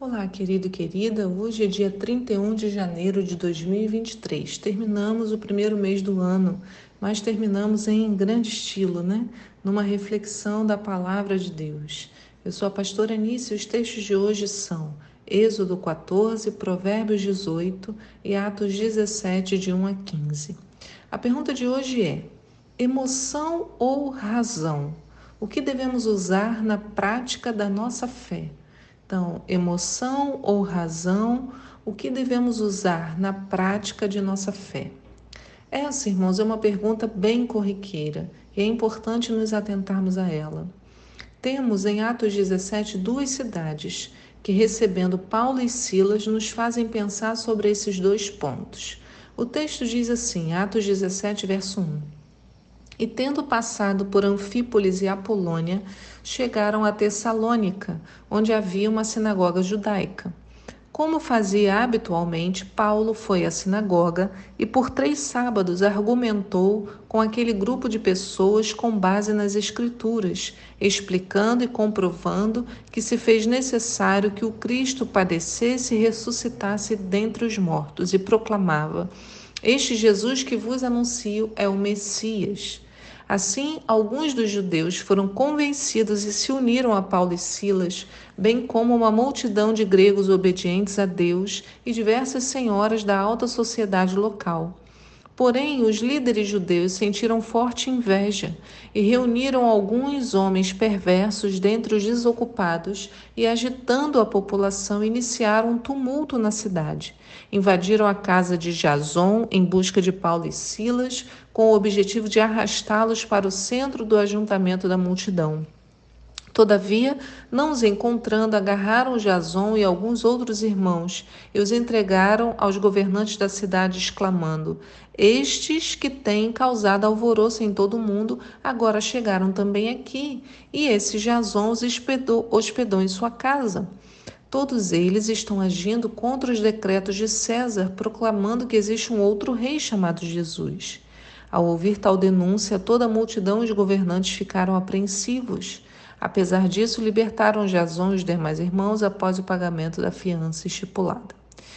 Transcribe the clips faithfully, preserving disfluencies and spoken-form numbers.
Olá, querido e querida. Hoje é dia trinta e um de janeiro de dois mil e vinte e três. Terminamos o primeiro mês do ano, mas terminamos em grande estilo, né? Numa reflexão da palavra de Deus. Eu sou a pastora Anice e os textos de hoje são Êxodo quatorze, Provérbios dezoito e Atos dezessete, de um a quinze. A pergunta de hoje é: emoção ou razão? O que devemos usar na prática da nossa fé? Então, emoção ou razão, o que devemos usar na prática de nossa fé? Essa, irmãos, é uma pergunta bem corriqueira e é importante nos atentarmos a ela. Temos em Atos dezessete duas cidades que, recebendo Paulo e Silas, nos fazem pensar sobre esses dois pontos. O texto diz assim, Atos dezessete, verso um. E tendo passado por Anfípolis e Apolônia, chegaram a Tessalônica, onde havia uma sinagoga judaica. Como fazia habitualmente, Paulo foi à sinagoga e por três sábados argumentou com aquele grupo de pessoas com base nas Escrituras, explicando e comprovando que se fez necessário que o Cristo padecesse e ressuscitasse dentre os mortos, e proclamava: Este Jesus que vos anuncio é o Messias. Assim, alguns dos judeus foram convencidos e se uniram a Paulo e Silas, bem como uma multidão de gregos obedientes a Deus e diversas senhoras da alta sociedade local. Porém, os líderes judeus sentiram forte inveja e reuniram alguns homens perversos dentre os desocupados e, agitando a população, iniciaram um tumulto na cidade. Invadiram a casa de Jason em busca de Paulo e Silas, com o objetivo de arrastá-los para o centro do ajuntamento da multidão. Todavia, não os encontrando, agarraram Jason e alguns outros irmãos e os entregaram aos governantes da cidade, exclamando: Estes que têm causado alvoroço em todo o mundo, agora chegaram também aqui, e esse Jason os hospedou, hospedou em sua casa. Todos eles estão agindo contra os decretos de César, proclamando que existe um outro rei chamado Jesus. Ao ouvir tal denúncia, toda a multidão e os governantes ficaram apreensivos. Apesar disso, libertaram Jason e os demais irmãos após o pagamento da fiança estipulada.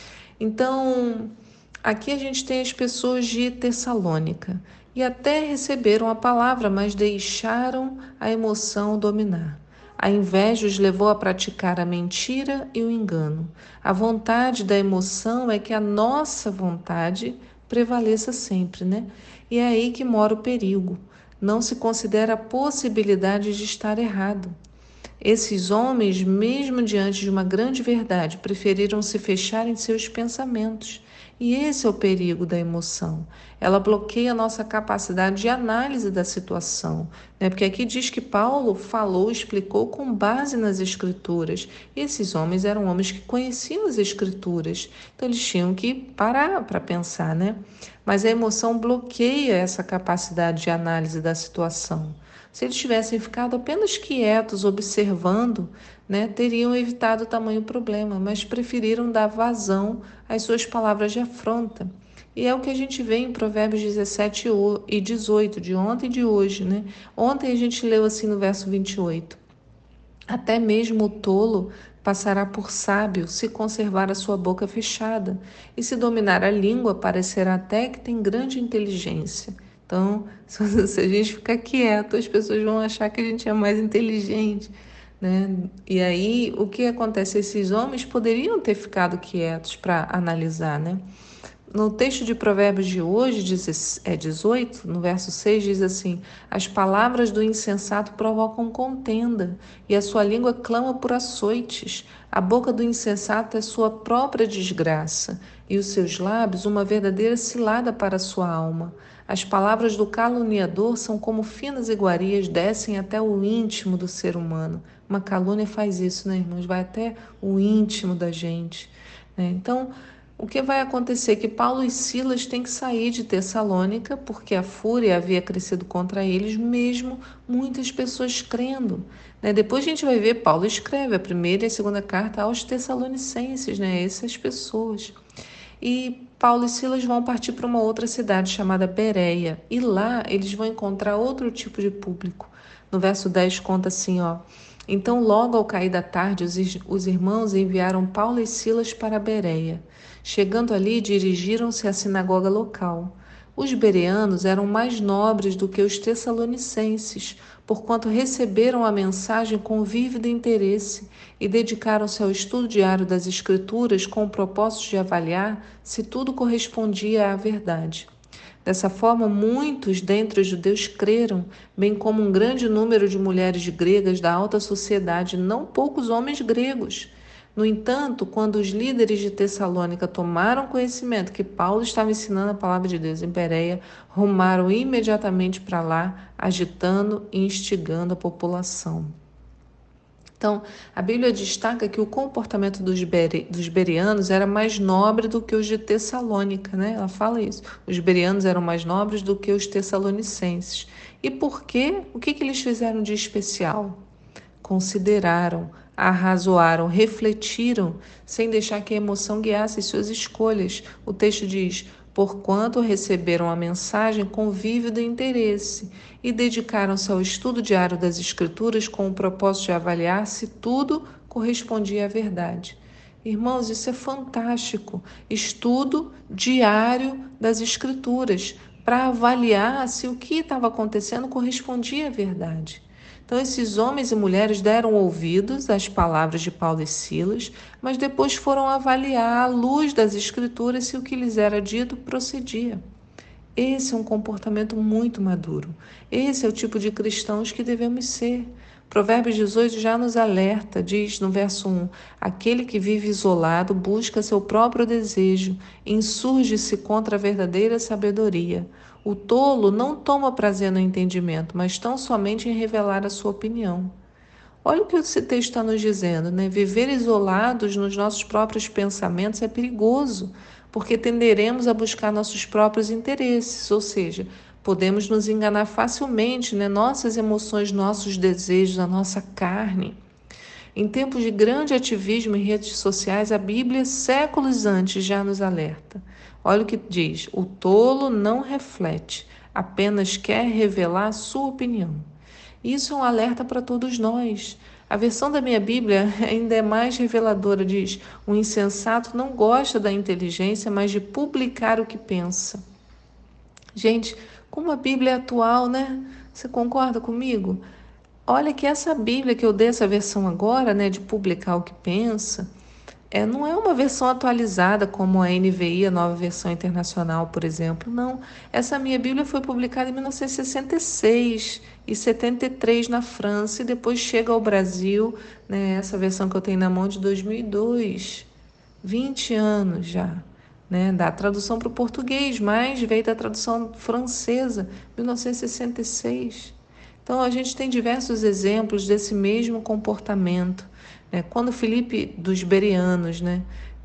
Então, aqui a gente tem as pessoas de Tessalônica e até receberam a palavra, mas deixaram a emoção dominar. A inveja os levou a praticar a mentira e o engano. A vontade da emoção é que a nossa vontade prevaleça sempre, né? E é aí que mora o perigo. Não se considera a possibilidade de estar errado. Esses homens, mesmo diante de uma grande verdade, preferiram se fechar em seus pensamentos. E esse é o perigo da emoção. Ela bloqueia a nossa capacidade de análise da situação, né? Porque aqui diz que Paulo falou, explicou com base nas Escrituras. E esses homens eram homens que conheciam as Escrituras, então eles tinham que parar para pensar, né? Mas a emoção bloqueia essa capacidade de análise da situação. Se eles tivessem ficado apenas quietos, observando, né, teriam evitado o tamanho problema, mas preferiram dar vazão às suas palavras de afronta. E é o que a gente vê em Provérbios dezessete e dezoito, de ontem e de hoje, né? Ontem a gente leu assim no verso vinte e oito. Até mesmo o tolo passará por sábio se conservar a sua boca fechada, e se dominar a língua parecerá até que tem grande inteligência. Então, se a gente ficar quieto, as pessoas vão achar que a gente é mais inteligente, né? E aí, o que acontece? Esses homens poderiam ter ficado quietos para analisar, né? No texto de Provérbios de hoje, dezoito, no verso seis, diz assim: As palavras do insensato provocam contenda, e a sua língua clama por açoites. A boca do insensato é sua própria desgraça, e os seus lábios uma verdadeira cilada para a sua alma. As palavras do caluniador são como finas iguarias, descem até o íntimo do ser humano. Uma calúnia faz isso, né, irmãos? Vai até o íntimo da gente, né? Então, o que vai acontecer é que Paulo e Silas têm que sair de Tessalônica, porque a fúria havia crescido contra eles, mesmo muitas pessoas crendo, né? Depois a gente vai ver, Paulo escreve a primeira e a segunda carta aos Tessalonicenses, né? Essas pessoas. E Paulo e Silas vão partir para uma outra cidade chamada Bereia, e lá eles vão encontrar outro tipo de público. No verso dez conta assim, ó: Então, logo ao cair da tarde, os, os irmãos enviaram Paulo e Silas para Bereia. Chegando ali, dirigiram-se à sinagoga local. Os bereanos eram mais nobres do que os tessalonicenses, porquanto receberam a mensagem com vívido interesse e dedicaram-se ao estudo diário das Escrituras com o propósito de avaliar se tudo correspondia à verdade. Dessa forma, muitos dentre os judeus creram, bem como um grande número de mulheres gregas da alta sociedade, não poucos homens gregos. No entanto, quando os líderes de Tessalônica tomaram conhecimento que Paulo estava ensinando a palavra de Deus em Bereia, rumaram imediatamente para lá, agitando e instigando a população. Então, a Bíblia destaca que o comportamento dos, bere, dos bereanos era mais nobre do que os de Tessalônica, né? Ela fala isso. Os bereanos eram mais nobres do que os tessalonicenses. E por quê? O que, que eles fizeram de especial? Consideraram, arrazoaram, refletiram, sem deixar que a emoção guiasse suas escolhas. O texto diz: porquanto receberam a mensagem com vívido interesse e dedicaram-se ao estudo diário das Escrituras com o propósito de avaliar se tudo correspondia à verdade. Irmãos, isso é fantástico. Estudo diário das Escrituras para avaliar se o que estava acontecendo correspondia à verdade. Então, esses homens e mulheres deram ouvidos às palavras de Paulo e Silas, mas depois foram avaliar à luz das Escrituras se o que lhes era dito procedia. Esse é um comportamento muito maduro. Esse é o tipo de cristãos que devemos ser. Provérbios dezoito já nos alerta, diz no verso um: aquele que vive isolado busca seu próprio desejo, insurge-se contra a verdadeira sabedoria. O tolo não toma prazer no entendimento, mas tão somente em revelar a sua opinião. Olha o que esse texto está nos dizendo, né? Viver isolados nos nossos próprios pensamentos é perigoso, porque tenderemos a buscar nossos próprios interesses, ou seja, podemos nos enganar facilmente, né? Nossas emoções, nossos desejos, a nossa carne. Em tempos de grande ativismo em redes sociais, a Bíblia, séculos antes, já nos alerta. Olha o que diz: o tolo não reflete, apenas quer revelar a sua opinião. Isso é um alerta para todos nós. A versão da minha Bíblia ainda é mais reveladora, diz: o insensato não gosta da inteligência, mas de publicar o que pensa. Gente, como a Bíblia é atual, né? Você concorda comigo? Olha que essa Bíblia que eu dei essa versão agora, né, de publicar o que pensa, é, não é uma versão atualizada como a N V I, a nova versão internacional, por exemplo. Não, essa minha Bíblia foi publicada em mil novecentos e sessenta e seis e setenta e três na França e depois chega ao Brasil, né, essa versão que eu tenho na mão de dois mil e dois, vinte anos já. Né, da tradução para o português, mas veio da tradução francesa, mil novecentos e sessenta e seis. Então, a gente tem diversos exemplos desse mesmo comportamento. Né? Quando Filipe, dos Bereanos, né?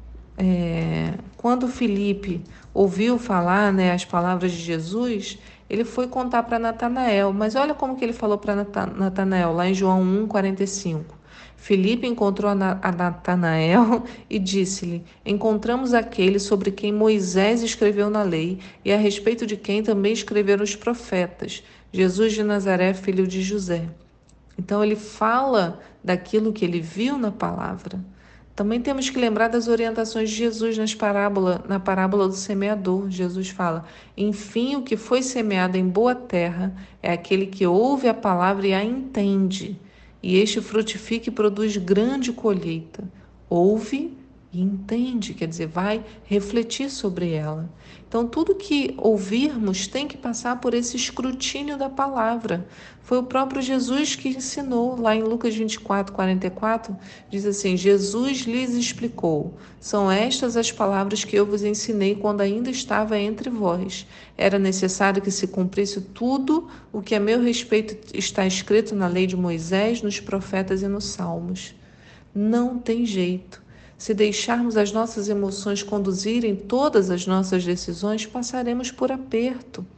É, quando Filipe ouviu falar, né, as palavras de Jesus, ele foi contar para Natanael. Mas olha como que ele falou para Natanael, lá em João um, quarenta e cinco. Filipe encontrou a Natanael e disse-lhe: encontramos aquele sobre quem Moisés escreveu na lei e a respeito de quem também escreveram os profetas, Jesus de Nazaré, filho de José. Então ele fala daquilo que ele viu na palavra. Também temos que lembrar das orientações de Jesus nas parábola, na parábola do semeador. Jesus fala: enfim, o que foi semeado em boa terra é aquele que ouve a palavra e a entende. E este frutifica e produz grande colheita. Ouve e entende, quer dizer, vai refletir sobre ela. Então, tudo que ouvirmos tem que passar por esse escrutínio da palavra. Foi o próprio Jesus que ensinou, lá em Lucas vinte e quatro, quarenta e quatro, diz assim: Jesus lhes explicou: são estas as palavras que eu vos ensinei quando ainda estava entre vós. Era necessário que se cumprisse tudo o que a meu respeito está escrito na lei de Moisés, nos profetas e nos salmos. Não tem jeito. Se deixarmos as nossas emoções conduzirem todas as nossas decisões, passaremos por aperto.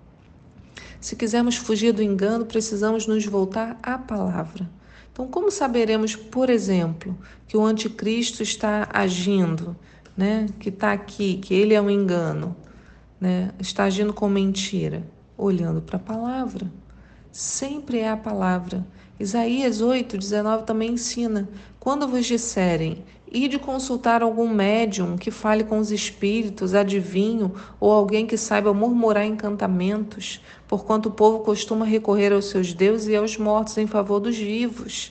Se quisermos fugir do engano, precisamos nos voltar à palavra. Então, como saberemos, por exemplo, que o anticristo está agindo, né? Que está aqui, que ele é um engano, né? Está agindo com mentira? Olhando para a palavra. sempre é a palavra. Isaías oito, dezenove também ensina: quando vos disserem, ide consultar algum médium que fale com os espíritos, adivinho, ou alguém que saiba murmurar encantamentos, porquanto o povo costuma recorrer aos seus deuses e aos mortos em favor dos vivos.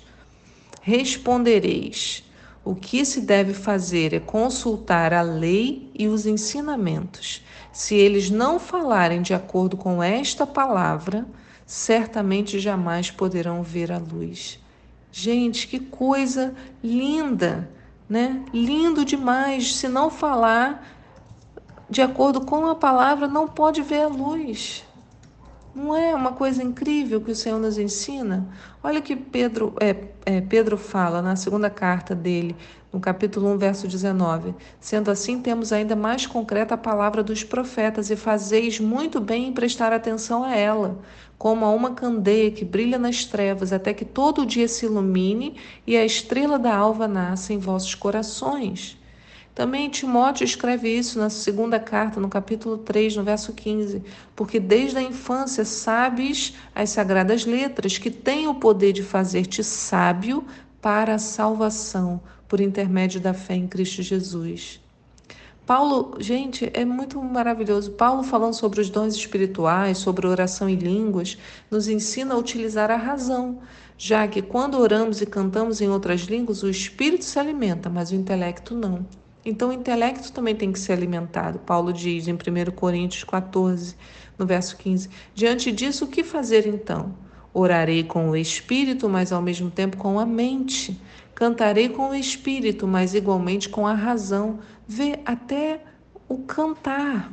Respondereis: o que se deve fazer é consultar a lei e os ensinamentos. Se eles não falarem de acordo com esta palavra, certamente jamais poderão ver a luz. Gente, que coisa linda, né? Lindo demais. Se não falar de acordo com a palavra, não pode ver a luz. Não é uma coisa incrível que o Senhor nos ensina? Olha o que Pedro, é, é, Pedro fala na segunda carta dele, no capítulo um, verso dezenove. Sendo assim, temos ainda mais concreta a palavra dos profetas, e fazeis muito bem em prestar atenção a ela, como a uma candeia que brilha nas trevas, até que todo o dia se ilumine e a estrela da alva nasça em vossos corações. Também Timóteo escreve isso na segunda carta, no capítulo três, no verso quinze, porque desde a infância sabes as sagradas letras, que têm o poder de fazer-te sábio para a salvação, por intermédio da fé em Cristo Jesus. Paulo, gente, é muito maravilhoso. Paulo, falando sobre os dons espirituais, sobre oração em línguas, nos ensina a utilizar a razão, já que quando oramos e cantamos em outras línguas, o espírito se alimenta, mas o intelecto não. Então, o intelecto também tem que ser alimentado. Paulo diz em primeira Coríntios quatorze, no verso quinze, diante disso, o que fazer então? Orarei com o espírito, mas ao mesmo tempo com a mente. Cantarei com o espírito, mas igualmente com a razão. Vê até o cantar.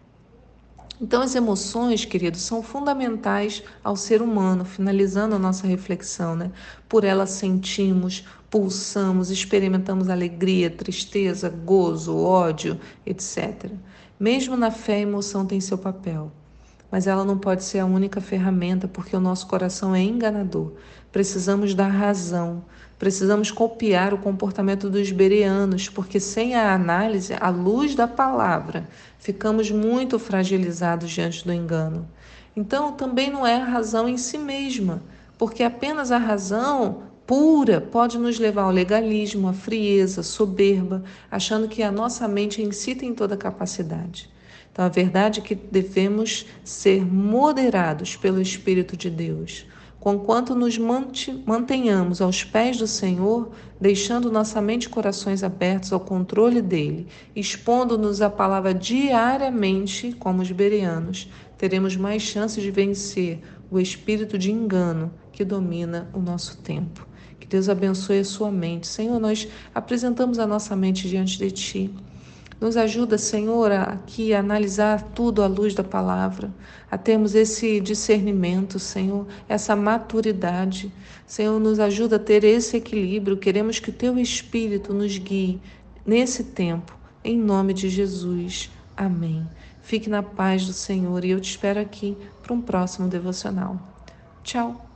Então, as emoções, queridos, são fundamentais ao ser humano, finalizando a nossa reflexão, né? Por elas sentimos, pulsamos, experimentamos alegria, tristeza, gozo, ódio, etcétera. Mesmo na fé, a emoção tem seu papel, mas ela não pode ser a única ferramenta, porque o nosso coração é enganador. Precisamos da razão, precisamos copiar o comportamento dos bereanos, porque sem a análise, à luz da palavra, ficamos muito fragilizados diante do engano. Então, também não é a razão em si mesma, porque apenas a razão pura pode nos levar ao legalismo, à frieza, à soberba, achando que a nossa mente em si tem toda a capacidade. Então, a verdade é que devemos ser moderados pelo Espírito de Deus. Conquanto nos mantenhamos aos pés do Senhor, deixando nossa mente e corações abertos ao controle dele, expondo-nos à palavra diariamente, como os bereanos, teremos mais chances de vencer o espírito de engano que domina o nosso tempo. Que Deus abençoe a sua mente. Senhor, nós apresentamos a nossa mente diante de Ti. Nos ajuda, Senhor, aqui a analisar tudo à luz da palavra, a termos esse discernimento, Senhor, essa maturidade. Senhor, nos ajuda a ter esse equilíbrio. Queremos que o Teu Espírito nos guie nesse tempo, em nome de Jesus. Amém. Fique na paz do Senhor e eu te espero aqui para um próximo devocional. Tchau.